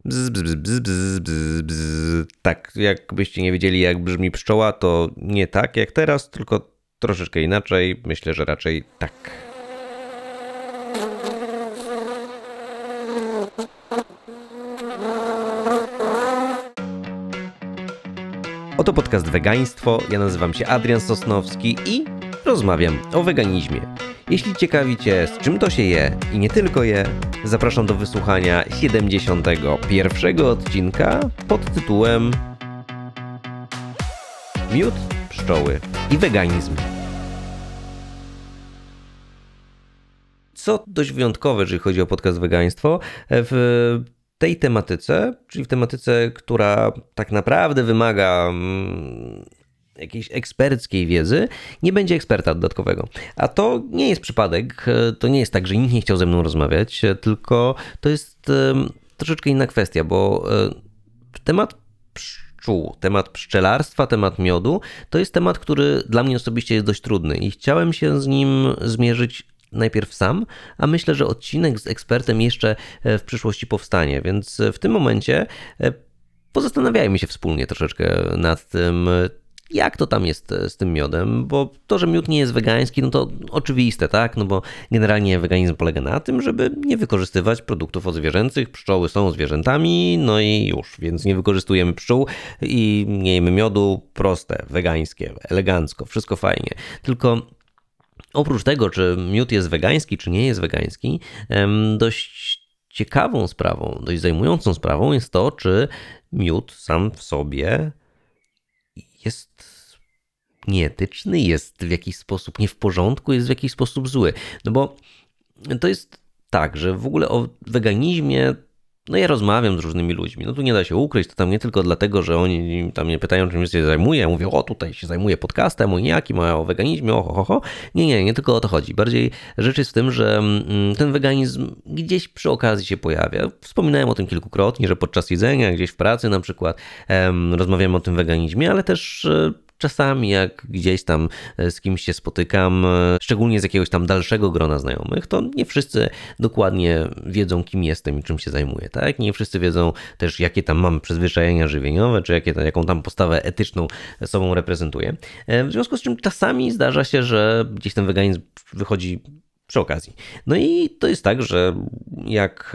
Bzz, bzz, bzz, bzz, bzz, bzz. Tak, jakbyście nie wiedzieli, jak brzmi pszczoła, to nie tak jak teraz, tylko troszeczkę inaczej. Myślę, że raczej tak. Oto podcast Wegaństwo. Ja nazywam się Adrian Sosnowski i rozmawiam o weganizmie. Jeśli ciekawi Cię, z czym to się je i nie tylko je, zapraszam do wysłuchania 71. odcinka pod tytułem Miód, pszczoły i weganizm. Co dość wyjątkowe, jeżeli chodzi o podcast Wegaństwo, w tej tematyce, czyli w tematyce, która tak naprawdę wymaga jakiejś eksperckiej wiedzy, nie będzie eksperta dodatkowego. A to nie jest przypadek, to nie jest tak, że nikt nie chciał ze mną rozmawiać, tylko to jest troszeczkę inna kwestia, bo temat pszczół, temat pszczelarstwa, temat miodu, to jest temat, który dla mnie osobiście jest dość trudny i chciałem się z nim zmierzyć najpierw sam, a myślę, że odcinek z ekspertem jeszcze w przyszłości powstanie, więc w tym momencie pozastanawiajmy się wspólnie troszeczkę nad tym, jak to tam jest z tym miodem, bo to, że miód nie jest wegański, no to oczywiste, tak? No bo generalnie weganizm polega na tym, żeby nie wykorzystywać produktów odzwierzęcych. Pszczoły są zwierzętami, no i już, więc nie wykorzystujemy pszczół i nie jemy miodu. Proste, wegańskie, elegancko, wszystko fajnie. Tylko oprócz tego, czy miód jest wegański, czy nie jest wegański, dość ciekawą sprawą, dość zajmującą sprawą jest to, czy miód sam w sobie jest nieetyczny, jest w jakiś sposób nie w porządku, jest w jakiś sposób zły. No bo to jest tak, że w ogóle o weganizmie, no ja rozmawiam z różnymi ludźmi, no tu nie da się ukryć, to tam nie tylko dlatego, że oni tam mnie pytają, czym się zajmuję, ja mówię, o tutaj się zajmuję podcastem, o jakim, o weganizmie, ho. Nie tylko o to chodzi. Bardziej rzecz jest w tym, że ten weganizm gdzieś przy okazji się pojawia. Wspominałem o tym kilkukrotnie, że podczas jedzenia, gdzieś w pracy na przykład rozmawiamy o tym weganizmie, ale też czasami jak gdzieś tam z kimś się spotykam, szczególnie z jakiegoś tam dalszego grona znajomych, to nie wszyscy dokładnie wiedzą, kim jestem i czym się zajmuję, tak? Nie wszyscy wiedzą też, jakie tam mam przyzwyczajenia żywieniowe, czy jaką tam postawę etyczną sobą reprezentuję. W związku z czym czasami zdarza się, że gdzieś ten weganizm wychodzi przy okazji. No i to jest tak, że jak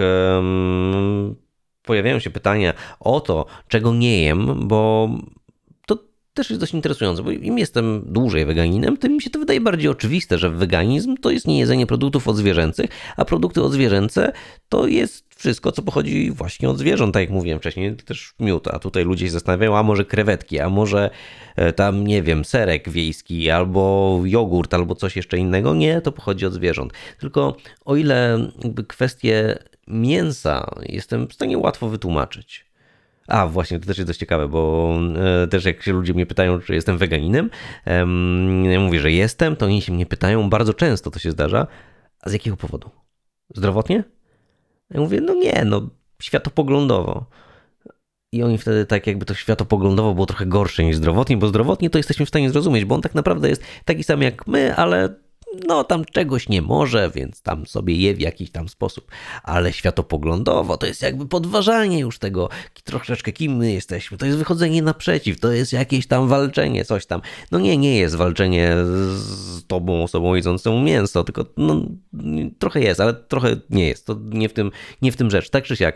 pojawiają się pytania o to, czego nie jem, bo też jest dość interesujące, bo im jestem dłużej weganinem, tym mi się to wydaje bardziej oczywiste, że weganizm to jest niejedzenie produktów odzwierzęcych, a produkty odzwierzęce to jest wszystko, co pochodzi właśnie od zwierząt, tak jak mówiłem wcześniej, też miód, a tutaj ludzie się zastanawiają, a może krewetki, a może tam, nie wiem, serek wiejski, albo jogurt, albo coś jeszcze innego. Nie, to pochodzi od zwierząt. Tylko o ile jakby kwestie mięsa jestem w stanie łatwo wytłumaczyć. A właśnie, to też jest dość ciekawe, bo też jak się ludzie mnie pytają, czy jestem weganinem, ja mówię, że jestem, to oni się mnie pytają, bardzo często to się zdarza, a z jakiego powodu? Zdrowotnie? Ja mówię, no nie, światopoglądowo. I oni wtedy tak jakby to światopoglądowo było trochę gorsze niż zdrowotnie, bo zdrowotnie to jesteśmy w stanie zrozumieć, bo on tak naprawdę jest taki sam jak my, ale no tam czegoś nie może, więc tam sobie je w jakiś tam sposób. Ale światopoglądowo to jest jakby podważanie już tego troszeczkę, kim my jesteśmy. To jest wychodzenie naprzeciw, to jest jakieś tam walczenie, coś tam. No nie jest walczenie z tobą, osobą jedzącą mięso, tylko no trochę jest, ale trochę nie jest. To nie w tym rzecz. Tak czy siak.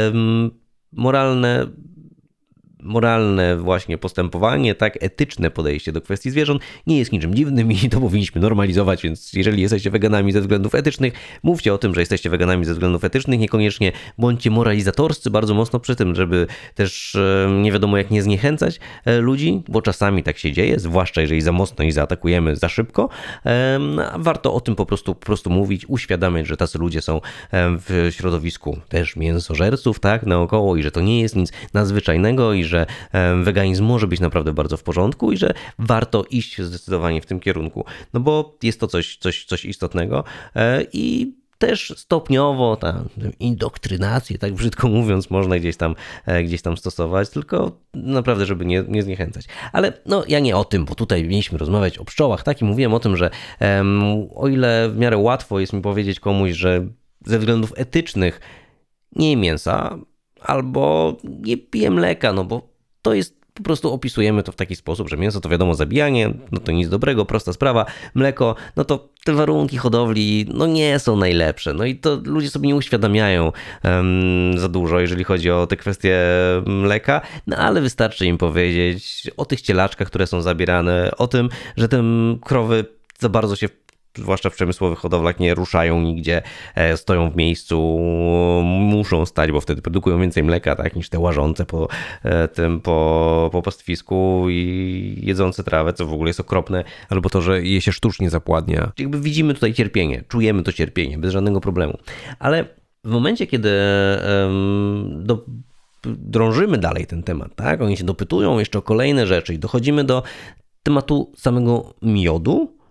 Moralne właśnie postępowanie, tak, etyczne podejście do kwestii zwierząt nie jest niczym dziwnym i to powinniśmy normalizować, więc jeżeli jesteście weganami ze względów etycznych, mówcie o tym, że jesteście weganami ze względów etycznych, niekoniecznie bądźcie moralizatorscy bardzo mocno przy tym, żeby też nie wiadomo jak nie zniechęcać ludzi, bo czasami tak się dzieje, zwłaszcza jeżeli za mocno ich zaatakujemy za szybko. Warto o tym po prostu mówić, uświadamiać, że tacy ludzie są w środowisku też mięsożerców, tak, naokoło i że to nie jest nic nadzwyczajnego i że weganizm może być naprawdę bardzo w porządku i że warto iść zdecydowanie w tym kierunku, no bo jest to coś istotnego i też stopniowo ta indoktrynację, tak brzydko mówiąc, można gdzieś tam stosować, tylko naprawdę, żeby nie zniechęcać. Ale no ja nie o tym, bo tutaj mieliśmy rozmawiać o pszczołach, tak, i mówiłem o tym, że o ile w miarę łatwo jest mi powiedzieć komuś, że ze względów etycznych nie jem mięsa, albo nie piję mleka, no bo to jest po prostu opisujemy to w taki sposób, że mięso to wiadomo zabijanie, no to nic dobrego, prosta sprawa. Mleko, no to te warunki hodowli, no nie są najlepsze. No i to ludzie sobie nie uświadamiają za dużo, jeżeli chodzi o te kwestie mleka, no ale wystarczy im powiedzieć o tych cielaczkach, które są zabierane, o tym, że te krowy za bardzo się zwłaszcza w przemysłowych hodowlach nie ruszają nigdzie, stoją w miejscu, muszą stać, bo wtedy produkują więcej mleka, tak, niż te łażące po pastwisku i jedzące trawę, co w ogóle jest okropne. Albo to, że je się sztucznie zapładnia. Jakby widzimy tutaj cierpienie, czujemy to cierpienie, bez żadnego problemu. Ale w momencie, kiedy drążymy dalej ten temat, tak, oni się dopytują jeszcze o kolejne rzeczy i dochodzimy do tematu samego miodu,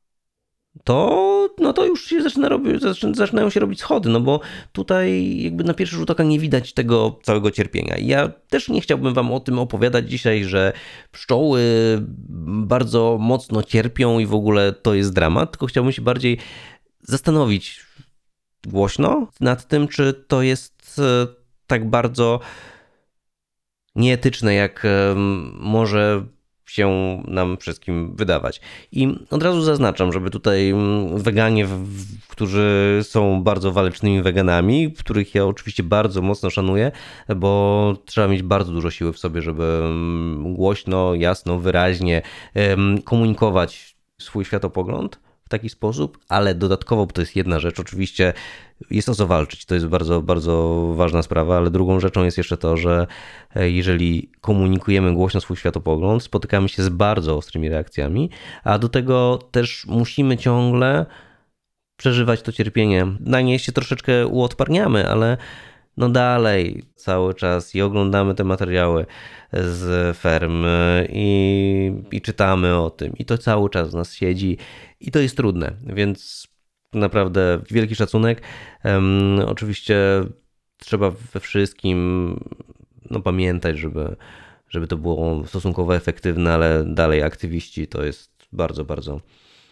to już się zaczynają się robić schody, no bo tutaj jakby na pierwszy rzut oka nie widać tego całego cierpienia. I ja też nie chciałbym wam o tym opowiadać dzisiaj, że pszczoły bardzo mocno cierpią i w ogóle to jest dramat, tylko chciałbym się bardziej zastanowić głośno nad tym, czy to jest tak bardzo nieetyczne, jak może się nam wszystkim wydawać. I od razu zaznaczam, żeby tutaj weganie, którzy są bardzo walecznymi weganami, których ja oczywiście bardzo mocno szanuję, bo trzeba mieć bardzo dużo siły w sobie, żeby głośno, jasno, wyraźnie komunikować swój światopogląd w taki sposób, ale dodatkowo, bo to jest jedna rzecz, oczywiście jest o co walczyć, to jest bardzo, bardzo ważna sprawa, ale drugą rzeczą jest jeszcze to, że jeżeli komunikujemy głośno swój światopogląd, spotykamy się z bardzo ostrymi reakcjami, a do tego też musimy ciągle przeżywać to cierpienie. Na nie się troszeczkę uodparniamy, ale no dalej cały czas i oglądamy te materiały z ferm i czytamy o tym i to cały czas w nas siedzi i to jest trudne, więc naprawdę wielki szacunek. Oczywiście trzeba we wszystkim pamiętać, żeby to było stosunkowo efektywne, ale dalej aktywiści to jest bardzo, bardzo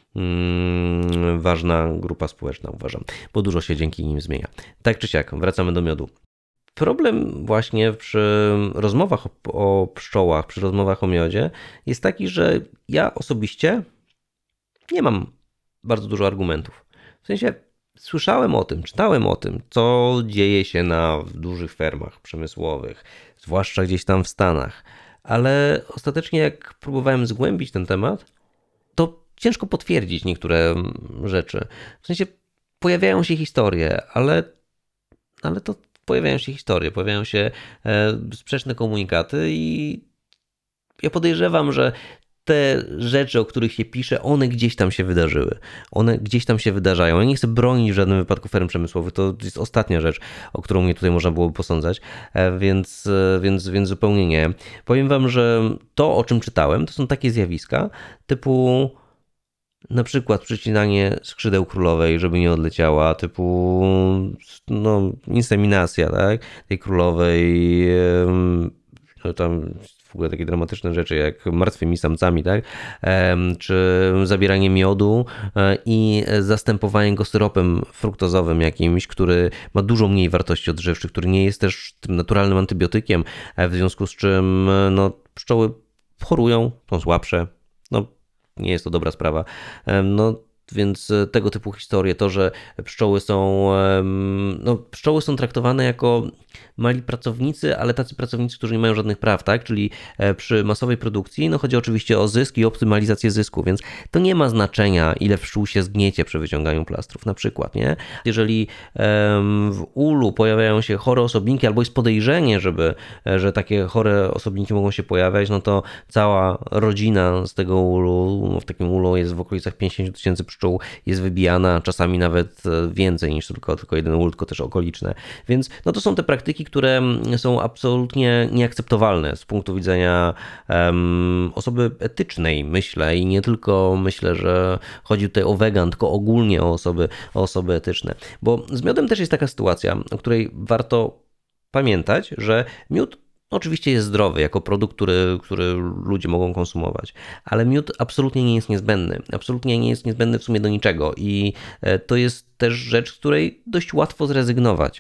ważna grupa społeczna, uważam, bo dużo się dzięki nim zmienia. Tak czy siak, wracamy do miodu. Problem właśnie przy rozmowach o pszczołach, przy rozmowach o miodzie jest taki, że ja osobiście nie mam bardzo dużo argumentów. W sensie słyszałem o tym, czytałem o tym, co dzieje się na dużych fermach przemysłowych, zwłaszcza gdzieś tam w Stanach, ale ostatecznie jak próbowałem zgłębić ten temat, to ciężko potwierdzić niektóre rzeczy. W sensie pojawiają się historie, ale to pojawiają się sprzeczne komunikaty i ja podejrzewam, że te rzeczy, o których się pisze, one gdzieś tam się wydarzyły. One gdzieś tam się wydarzają. Ja nie chcę bronić w żadnym wypadku ferm przemysłowych. To jest ostatnia rzecz, o którą mnie tutaj można byłoby posądzać, więc zupełnie nie. Powiem wam, że to, o czym czytałem, to są takie zjawiska typu na przykład przycinanie skrzydeł królowej, żeby nie odleciała, typu inseminacja, tak, tej królowej, tam w ogóle takie dramatyczne rzeczy jak martwymi samcami, tak? Czy zabieranie miodu i zastępowanie go syropem fruktozowym jakimś, który ma dużo mniej wartości odżywczych, który nie jest też tym naturalnym antybiotykiem, w związku z czym pszczoły chorują, są słabsze, nie jest to dobra sprawa. Więc tego typu historie, to, że pszczoły są traktowane jako mali pracownicy, ale tacy pracownicy, którzy nie mają żadnych praw, tak? Czyli przy masowej produkcji, chodzi oczywiście o zysk i optymalizację zysku, więc to nie ma znaczenia, ile pszczół się zgniecie przy wyciąganiu plastrów, na przykład, nie? Jeżeli w ulu pojawiają się chore osobniki, albo jest podejrzenie, że takie chore osobniki mogą się pojawiać, to cała rodzina z tego ulu, w takim ulu jest w okolicach 50 000 pszczół, jest wybijana, czasami nawet więcej niż tylko jeden ul, tylko też okoliczne. Więc to są te praktyki, które są absolutnie nieakceptowalne z punktu widzenia osoby etycznej, myślę, i nie tylko myślę, że chodzi tutaj o wegan, tylko ogólnie o osoby etyczne. Bo z miodem też jest taka sytuacja, o której warto pamiętać, że miód oczywiście jest zdrowy jako produkt, który ludzie mogą konsumować, ale miód absolutnie nie jest niezbędny. Absolutnie nie jest niezbędny w sumie do niczego i to jest też rzecz, z której dość łatwo zrezygnować.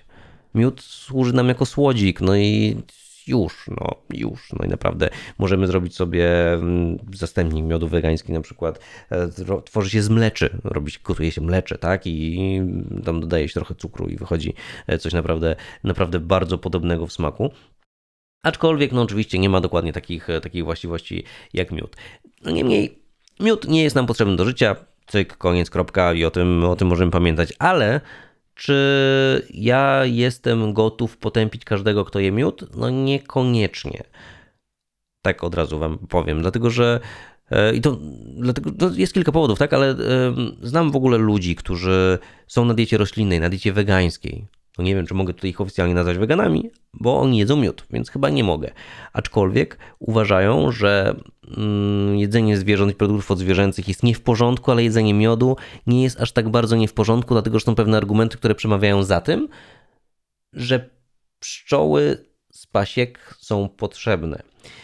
Miód służy nam jako słodzik, no i już. No i naprawdę możemy zrobić sobie zastępnik miodu wegański, na przykład tworzy się z mleczy, gotuje się mlecze, tak, i tam dodaje się trochę cukru i wychodzi coś naprawdę bardzo podobnego w smaku. Aczkolwiek, no oczywiście nie ma dokładnie takich właściwości jak miód. No niemniej, miód nie jest nam potrzebny do życia, cyk, koniec, kropka i o tym możemy pamiętać, ale czy ja jestem gotów potępić każdego, kto je miód? No niekoniecznie. Tak od razu wam powiem, dlatego że dlatego jest kilka powodów, tak, ale znam w ogóle ludzi, którzy są na diecie roślinnej, na diecie wegańskiej. No nie wiem, czy mogę tutaj ich oficjalnie nazwać weganami, bo oni jedzą miód, więc chyba nie mogę. Aczkolwiek uważają, że jedzenie zwierząt i produktów odzwierzęcych jest nie w porządku, ale jedzenie miodu nie jest aż tak bardzo nie w porządku, dlatego że są pewne argumenty, które przemawiają za tym, że pszczoły z pasiek są potrzebne.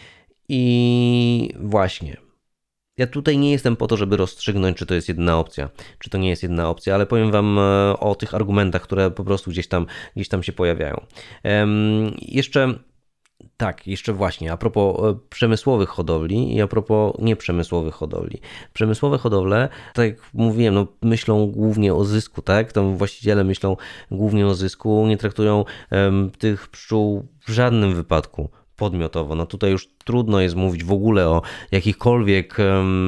I właśnie. Ja tutaj nie jestem po to, żeby rozstrzygnąć, czy to jest jedna opcja, czy to nie jest jedna opcja, ale powiem wam o tych argumentach, które po prostu gdzieś tam się pojawiają. Jeszcze właśnie, a propos przemysłowych hodowli i a propos nieprzemysłowych hodowli. Przemysłowe hodowle, tak jak mówiłem, no, myślą głównie o zysku, tak? Tam właściciele myślą głównie o zysku, nie traktują tych pszczół w żadnym wypadku podmiotowo. No tutaj już trudno jest mówić w ogóle o jakichkolwiek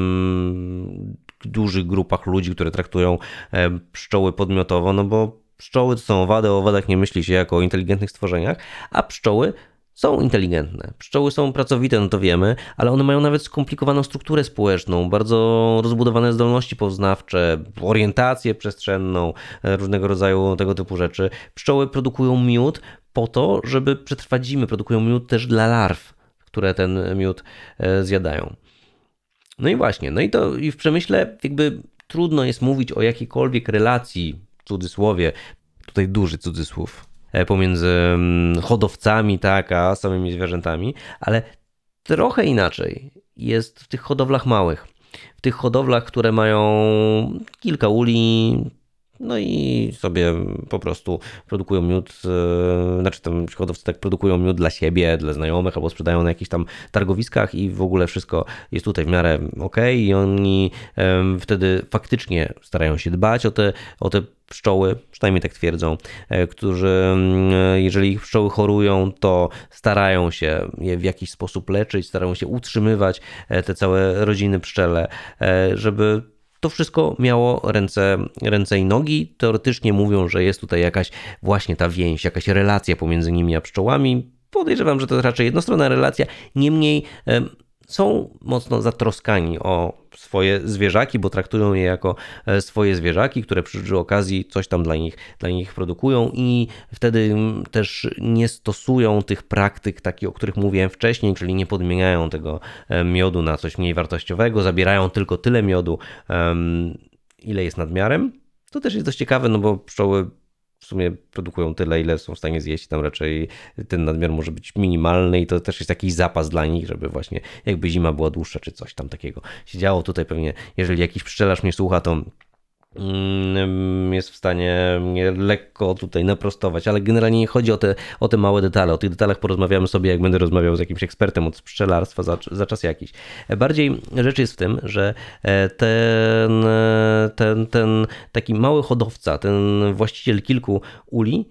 dużych grupach ludzi, które traktują pszczoły podmiotowo, no bo pszczoły to są owady, o owadach nie myśli się jako o inteligentnych stworzeniach, a pszczoły są inteligentne. Pszczoły są pracowite, no to wiemy, ale one mają nawet skomplikowaną strukturę społeczną, bardzo rozbudowane zdolności poznawcze, orientację przestrzenną, różnego rodzaju tego typu rzeczy. Pszczoły produkują miód po to, żeby przetrwać zimę. Produkują miód też dla larw, które ten miód zjadają. No i właśnie, i w przemyśle jakby trudno jest mówić o jakiejkolwiek relacji, w cudzysłowie, tutaj duży cudzysłów, pomiędzy hodowcami, tak, a samymi zwierzętami, ale trochę inaczej jest w tych hodowlach małych. W tych hodowlach, które mają kilka uli, no i sobie po prostu produkują miód, znaczy tam hodowcy tak produkują miód dla siebie, dla znajomych, albo sprzedają na jakichś tam targowiskach i w ogóle wszystko jest tutaj w miarę okej i oni wtedy faktycznie starają się dbać o te pszczoły, przynajmniej tak twierdzą, którzy jeżeli ich pszczoły chorują, to starają się je w jakiś sposób leczyć, starają się utrzymywać te całe rodziny pszczele, żeby to wszystko miało ręce i nogi. Teoretycznie mówią, że jest tutaj jakaś właśnie ta więź, jakaś relacja pomiędzy nimi a pszczołami. Podejrzewam, że to jest raczej jednostronna relacja. Niemniej są mocno zatroskani o swoje zwierzaki, bo traktują je jako swoje zwierzaki, które przy okazji coś tam dla nich produkują i wtedy też nie stosują tych praktyk takich, o których mówiłem wcześniej, czyli nie podmieniają tego miodu na coś mniej wartościowego, zabierają tylko tyle miodu, ile jest nadmiarem. To też jest dość ciekawe, no bo pszczoły w sumie produkują tyle, ile są w stanie zjeść. Tam raczej ten nadmiar może być minimalny i to też jest jakiś zapas dla nich, żeby właśnie jakby zima była dłuższa czy coś tam takiego się działo. Tutaj pewnie, jeżeli jakiś pszczelarz mnie słucha, to jest w stanie mnie lekko tutaj naprostować, ale generalnie nie chodzi o te małe detale. O tych detalach porozmawiamy sobie, jak będę rozmawiał z jakimś ekspertem od pszczelarstwa za czas jakiś. Bardziej rzecz jest w tym, że ten taki mały hodowca, ten właściciel kilku uli,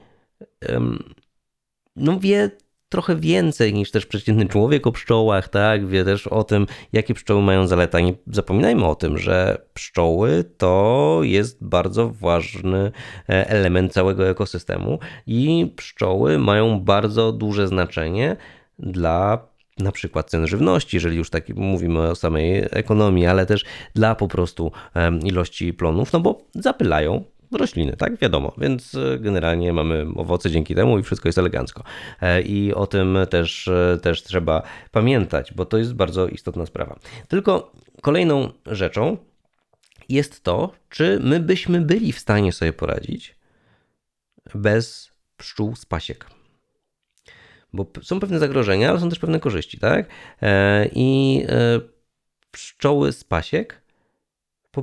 no wie trochę więcej niż też przeciętny człowiek o pszczołach, tak? Wie też o tym, jakie pszczoły mają zalety. Nie zapominajmy o tym, że pszczoły to jest bardzo ważny element całego ekosystemu i pszczoły mają bardzo duże znaczenie dla na przykład cen żywności, jeżeli już tak mówimy o samej ekonomii, ale też dla po prostu ilości plonów, no bo zapylają rośliny, tak? Wiadomo, więc generalnie mamy owoce dzięki temu i wszystko jest elegancko. I o tym też trzeba pamiętać, bo to jest bardzo istotna sprawa. Tylko kolejną rzeczą jest to, czy my byśmy byli w stanie sobie poradzić bez pszczół z pasiek. Bo są pewne zagrożenia, ale są też pewne korzyści, tak? I pszczoły z pasiek po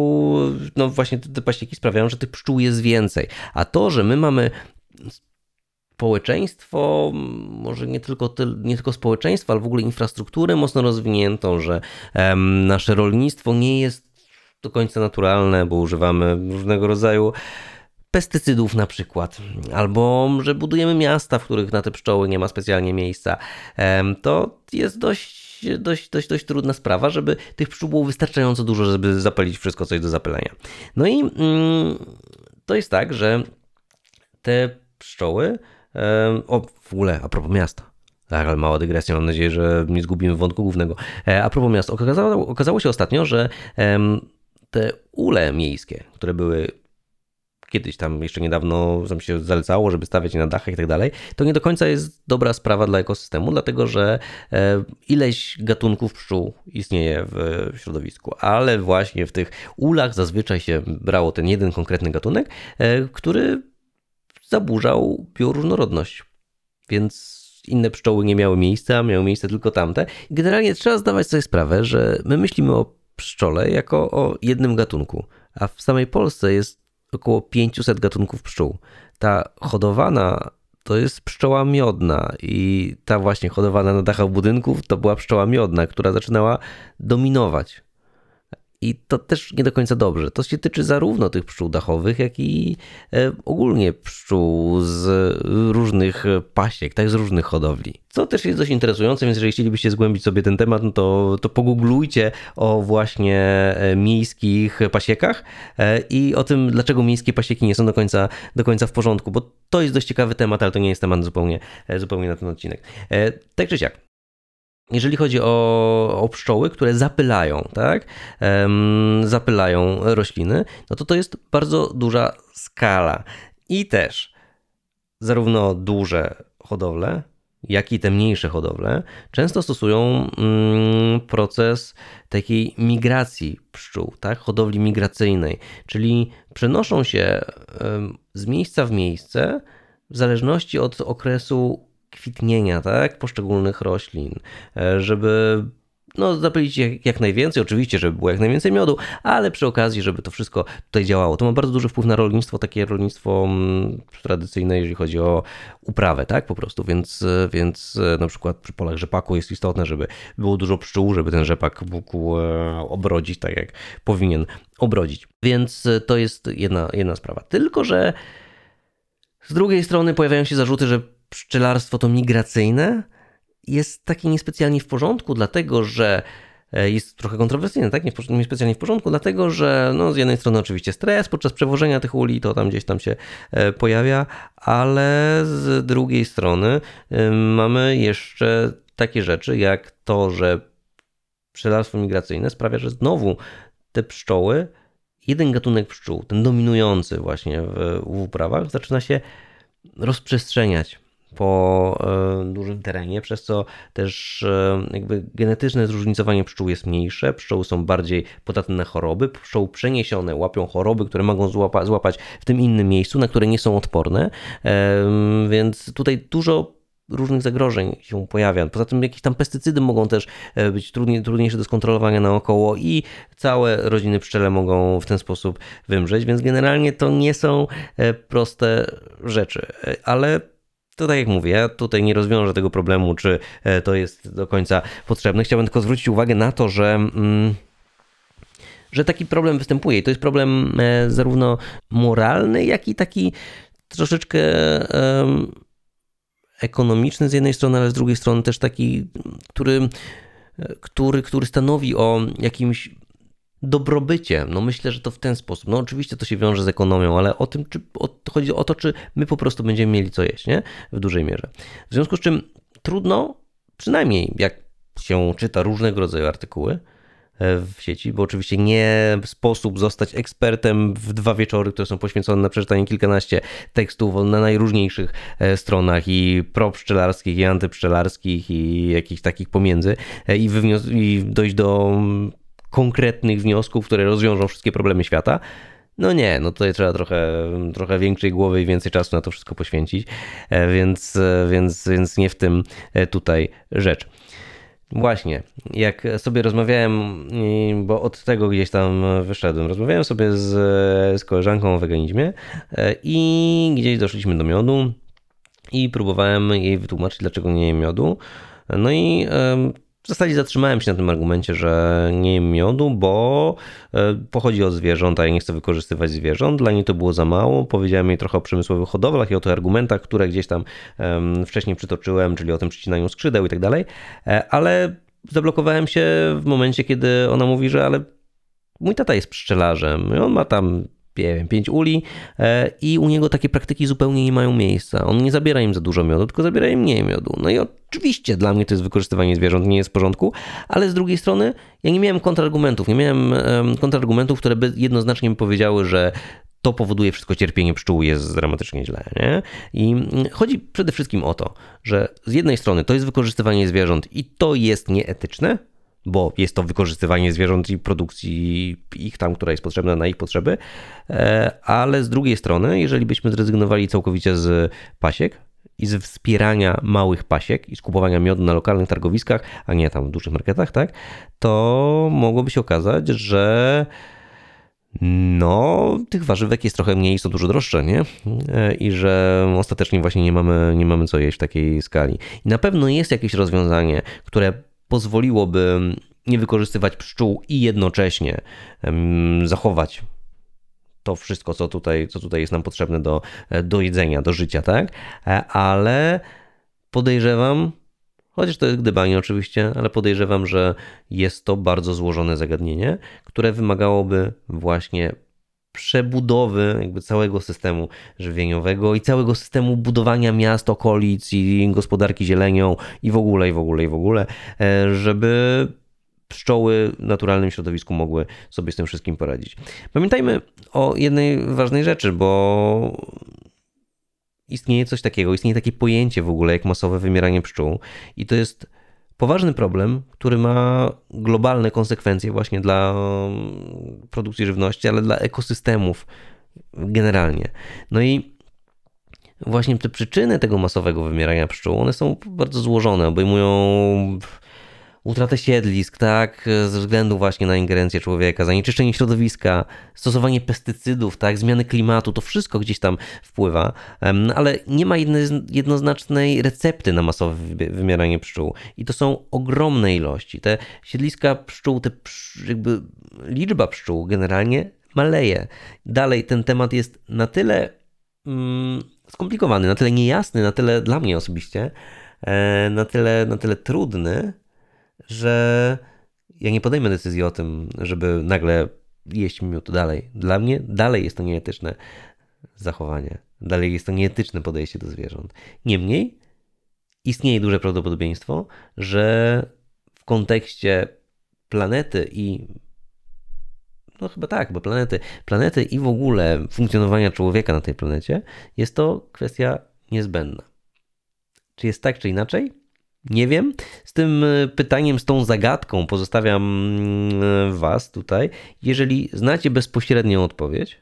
prostu, no właśnie te pasieki sprawiają, że tych pszczół jest więcej. A to, że my mamy społeczeństwo, może nie tylko społeczeństwo, ale w ogóle infrastrukturę mocno rozwiniętą, że nasze rolnictwo nie jest do końca naturalne, bo używamy różnego rodzaju pestycydów na przykład, albo że budujemy miasta, w których na te pszczoły nie ma specjalnie miejsca. To jest dość trudna sprawa, żeby tych pszczół było wystarczająco dużo, żeby zapalić wszystko, co jest do zapylenia. No i to jest tak, że te pszczoły, w ogóle a propos miasta, tak, ale mała dygresja, mam nadzieję, że nie zgubimy wątku głównego. A propos miasta, okazało się ostatnio, że te ule miejskie, które były kiedyś tam jeszcze niedawno tam się zalecało, żeby stawiać je na dachach i tak dalej, to nie do końca jest dobra sprawa dla ekosystemu, dlatego że ileś gatunków pszczół istnieje w środowisku, ale właśnie w tych ulach zazwyczaj się brało ten jeden konkretny gatunek, który zaburzał bioróżnorodność, więc inne pszczoły nie miały miejsca, miały miejsce tylko tamte. I generalnie trzeba zdawać sobie sprawę, że my myślimy o pszczole jako o jednym gatunku, a w samej Polsce jest około 500 gatunków pszczół. Ta hodowana to jest pszczoła miodna i ta właśnie hodowana na dachach budynków to była pszczoła miodna, która zaczynała dominować. I to też nie do końca dobrze. To się tyczy zarówno tych pszczół dachowych, jak i ogólnie pszczół z różnych pasiek, tak, z różnych hodowli. Co też jest dość interesujące, więc jeżeli chcielibyście zgłębić sobie ten temat, no to pogooglujcie o właśnie miejskich pasiekach i o tym, dlaczego miejskie pasieki nie są do końca w porządku, bo to jest dość ciekawy temat, ale to nie jest temat zupełnie na ten odcinek. Tak czy siak. Jeżeli chodzi o pszczoły, które zapylają, tak? Zapylają rośliny, no to jest bardzo duża skala. I też zarówno duże hodowle, jak i te mniejsze hodowle często stosują proces takiej migracji pszczół, tak? Hodowli migracyjnej, czyli przenoszą się z miejsca w miejsce w zależności od okresu kwitnienia, tak, poszczególnych roślin, żeby zapylić jak najwięcej, oczywiście, żeby było jak najwięcej miodu, ale przy okazji, żeby to wszystko tutaj działało. To ma bardzo duży wpływ na rolnictwo, takie rolnictwo tradycyjne, jeżeli chodzi o uprawę, tak, po prostu, więc na przykład przy polach rzepaku jest istotne, żeby było dużo pszczół, żeby ten rzepak mógł obrodzić tak, jak powinien obrodzić. Więc to jest jedna sprawa. Tylko że z drugiej strony pojawiają się zarzuty, że pszczelarstwo to migracyjne jest takie niespecjalnie w porządku, dlatego że jest trochę kontrowersyjne, tak? Niespecjalnie w porządku, dlatego że z jednej strony oczywiście stres podczas przewożenia tych uli, to tam gdzieś tam się pojawia, ale z drugiej strony mamy jeszcze takie rzeczy jak to, że pszczelarstwo migracyjne sprawia, że znowu te pszczoły, jeden gatunek pszczół, ten dominujący właśnie w uprawach, zaczyna się rozprzestrzeniać po dużym terenie, przez co też jakby genetyczne zróżnicowanie pszczół jest mniejsze, pszczoły są bardziej podatne na choroby, pszczoły przeniesione łapią choroby, które mogą złapać w tym innym miejscu, na które nie są odporne, więc tutaj dużo różnych zagrożeń się pojawia. Poza tym jakieś tam pestycydy mogą też być trudniejsze do skontrolowania naokoło i całe rodziny pszczele mogą w ten sposób wymrzeć, więc generalnie to nie są proste rzeczy, ale to tak jak mówię, ja tutaj nie rozwiążę tego problemu, czy to jest do końca potrzebne. Chciałbym tylko zwrócić uwagę na to, że taki problem występuje i to jest problem zarówno moralny, jak i taki troszeczkę ekonomiczny z jednej strony, ale z drugiej strony też taki, który stanowi o jakimś dobrobycie. Myślę, że to w ten sposób. Oczywiście to się wiąże z ekonomią, ale chodzi o to, czy my po prostu będziemy mieli co jeść, nie? W dużej mierze. W związku z czym trudno, przynajmniej jak się czyta różnego rodzaju artykuły w sieci, bo oczywiście nie sposób zostać ekspertem w 2 wieczory, które są poświęcone na przeczytanie kilkanaście tekstów na najróżniejszych stronach i propszczelarskich, i antypszczelarskich, i jakichś takich pomiędzy i dojść do konkretnych wniosków, które rozwiążą wszystkie problemy świata. Tutaj trzeba trochę większej głowy i więcej czasu na to wszystko poświęcić, więc nie w tym tutaj rzecz. Właśnie, jak sobie rozmawiałem, bo od tego gdzieś tam wyszedłem, rozmawiałem sobie z koleżanką o weganizmie i gdzieś doszliśmy do miodu i próbowałem jej wytłumaczyć, dlaczego nie jem miodu. No i w zasadzie zatrzymałem się na tym argumencie, że nie jem miodu, bo pochodzi od zwierząt, a ja nie chcę wykorzystywać zwierząt. Dla niej to było za mało. Powiedziałem jej trochę o przemysłowych hodowlach i o tych argumentach, które gdzieś tam wcześniej przytoczyłem, czyli o tym przycinaniu skrzydeł i tak dalej. Ale zablokowałem się w momencie, kiedy ona mówi, że ale mój tata jest pszczelarzem i on ma tam, nie wiem, 5 uli i u niego takie praktyki zupełnie nie mają miejsca. On nie zabiera im za dużo miodu, tylko zabiera im mniej miodu. No i oczywiście dla mnie to jest wykorzystywanie zwierząt, nie jest w porządku, ale z drugiej strony ja nie miałem kontrargumentów, które by jednoznacznie mi powiedziały, że to powoduje wszystko cierpienie pszczół, jest dramatycznie źle. Nie? I chodzi przede wszystkim o to, że z jednej strony to jest wykorzystywanie zwierząt i to jest nieetyczne, bo jest to wykorzystywanie zwierząt i produkcji ich tam, która jest potrzebna na ich potrzeby, ale z drugiej strony, jeżeli byśmy zrezygnowali całkowicie z pasiek i z wspierania małych pasiek i z kupowania miodu na lokalnych targowiskach, a nie tam w dużych marketach, tak, to mogłoby się okazać, że no, tych warzywek jest trochę mniej i są dużo droższe, nie? I że ostatecznie właśnie nie mamy co jeść w takiej skali. I na pewno jest jakieś rozwiązanie, które pozwoliłoby nie wykorzystywać pszczół i jednocześnie zachować to wszystko, co tutaj jest nam potrzebne do jedzenia, do życia, tak? Ale podejrzewam, chociaż to jest gdybanie oczywiście, ale podejrzewam, że jest to bardzo złożone zagadnienie, które wymagałoby właśnie przebudowy jakby całego systemu żywieniowego i całego systemu budowania miast, okolic i gospodarki zielenią i w ogóle, żeby pszczoły w naturalnym środowisku mogły sobie z tym wszystkim poradzić. Pamiętajmy o jednej ważnej rzeczy, bo istnieje coś takiego, istnieje takie pojęcie w ogóle jak masowe wymieranie pszczół i to jest poważny problem, który ma globalne konsekwencje właśnie dla produkcji żywności, ale dla ekosystemów generalnie. No i właśnie te przyczyny tego masowego wymierania pszczół, one są bardzo złożone, obejmują utratę siedlisk, tak, ze względu właśnie na ingerencję człowieka, zanieczyszczenie środowiska, stosowanie pestycydów, tak, zmiany klimatu, to wszystko gdzieś tam wpływa, ale nie ma jednoznacznej recepty na masowe wymieranie pszczół i to są ogromne ilości. Te siedliska pszczół, jakby liczba pszczół generalnie maleje. Dalej ten temat jest na tyle skomplikowany, na tyle niejasny, na tyle dla mnie osobiście, na tyle trudny, że ja nie podejmę decyzji o tym, żeby nagle jeść miód dalej. Dla mnie dalej jest to nieetyczne zachowanie. Dalej jest to nieetyczne podejście do zwierząt. Niemniej istnieje duże prawdopodobieństwo, że w kontekście planety i no chyba tak, bo planety i w ogóle funkcjonowania człowieka na tej planecie jest to kwestia niezbędna. Czy jest tak, czy inaczej? Nie wiem. Z tym pytaniem, z tą zagadką pozostawiam was tutaj. Jeżeli znacie bezpośrednią odpowiedź,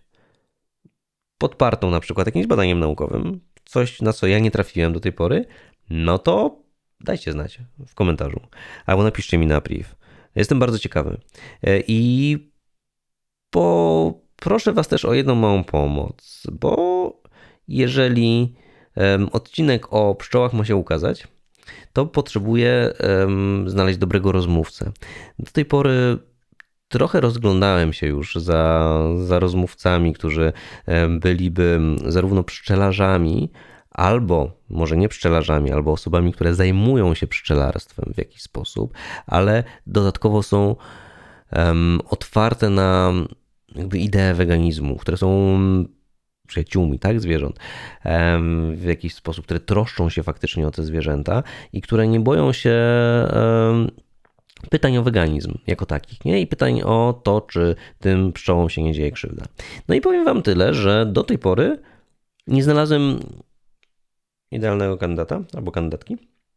podpartą na przykład jakimś badaniem naukowym, coś na co ja nie trafiłem do tej pory, no to dajcie znać w komentarzu albo napiszcie mi na priv. Jestem bardzo ciekawy. I proszę was też o jedną małą pomoc, bo jeżeli odcinek o pszczołach ma się ukazać, to potrzebuję znaleźć dobrego rozmówcę. Do tej pory trochę rozglądałem się już za rozmówcami, którzy byliby zarówno pszczelarzami, albo może nie pszczelarzami, albo osobami, które zajmują się pszczelarstwem w jakiś sposób, ale dodatkowo są otwarte na jakby ideę weganizmu, które są przyjaciółmi, tak, zwierząt w jakiś sposób, które troszczą się faktycznie o te zwierzęta i które nie boją się pytań o weganizm jako takich, nie? I pytań o to, czy tym pszczołom się nie dzieje krzywda. No i powiem wam tyle, że do tej pory nie znalazłem idealnego kandydata albo kandydatki,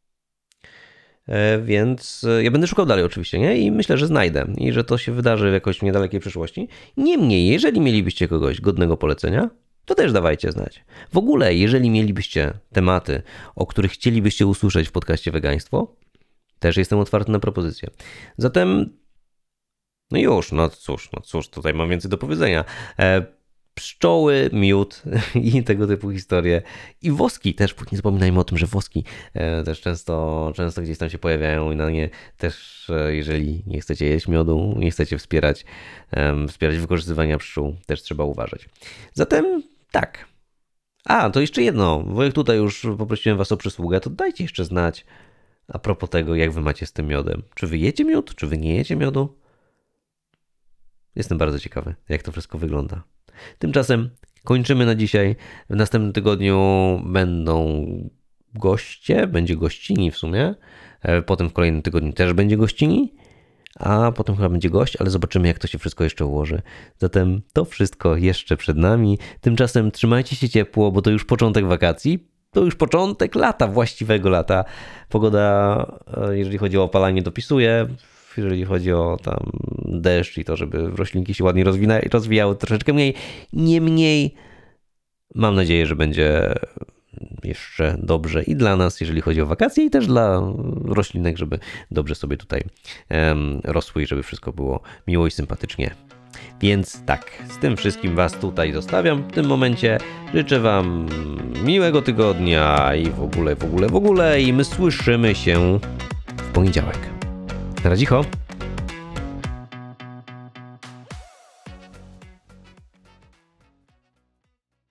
więc ja będę szukał dalej oczywiście, nie? I myślę, że znajdę i że to się wydarzy w jakoś niedalekiej przyszłości. Niemniej, jeżeli mielibyście kogoś godnego polecenia, to też dawajcie znać. W ogóle, jeżeli mielibyście tematy, o których chcielibyście usłyszeć w podcaście Wegaństwo, też jestem otwarty na propozycje. Zatem, no cóż, tutaj mam więcej do powiedzenia. pszczoły, miód i tego typu historie. I woski też, nie zapominajmy o tym, że woski też często gdzieś tam się pojawiają i na nie też, jeżeli nie chcecie jeść miodu, nie chcecie wspierać wykorzystywania pszczół, też trzeba uważać. Zatem tak. To jeszcze jedno, bo jak tutaj już poprosiłem was o przysługę, to dajcie jeszcze znać a propos tego, jak wy macie z tym miodem. Czy wy jecie miód, czy wy nie jecie miodu? Jestem bardzo ciekawy, jak to wszystko wygląda. Tymczasem kończymy na dzisiaj. W następnym tygodniu będą goście, będzie gościni w sumie. Potem w kolejnym tygodniu też będzie gościni, a potem chyba będzie gość, ale zobaczymy, jak to się wszystko jeszcze ułoży. Zatem to wszystko jeszcze przed nami. Tymczasem trzymajcie się ciepło, bo to już początek wakacji. To już początek lata, właściwego lata. Pogoda, jeżeli chodzi o opalanie, dopisuje. Jeżeli chodzi o tam deszcz i to, żeby roślinki się ładnie rozwijały, troszeczkę mniej. Niemniej mam nadzieję, że będzie jeszcze dobrze i dla nas, jeżeli chodzi o wakacje, i też dla roślinek, żeby dobrze sobie tutaj rosły i żeby wszystko było miło i sympatycznie. Więc tak, z tym wszystkim was tutaj zostawiam w tym momencie. Życzę wam miłego tygodnia i w ogóle i my słyszymy się w poniedziałek. Na razie,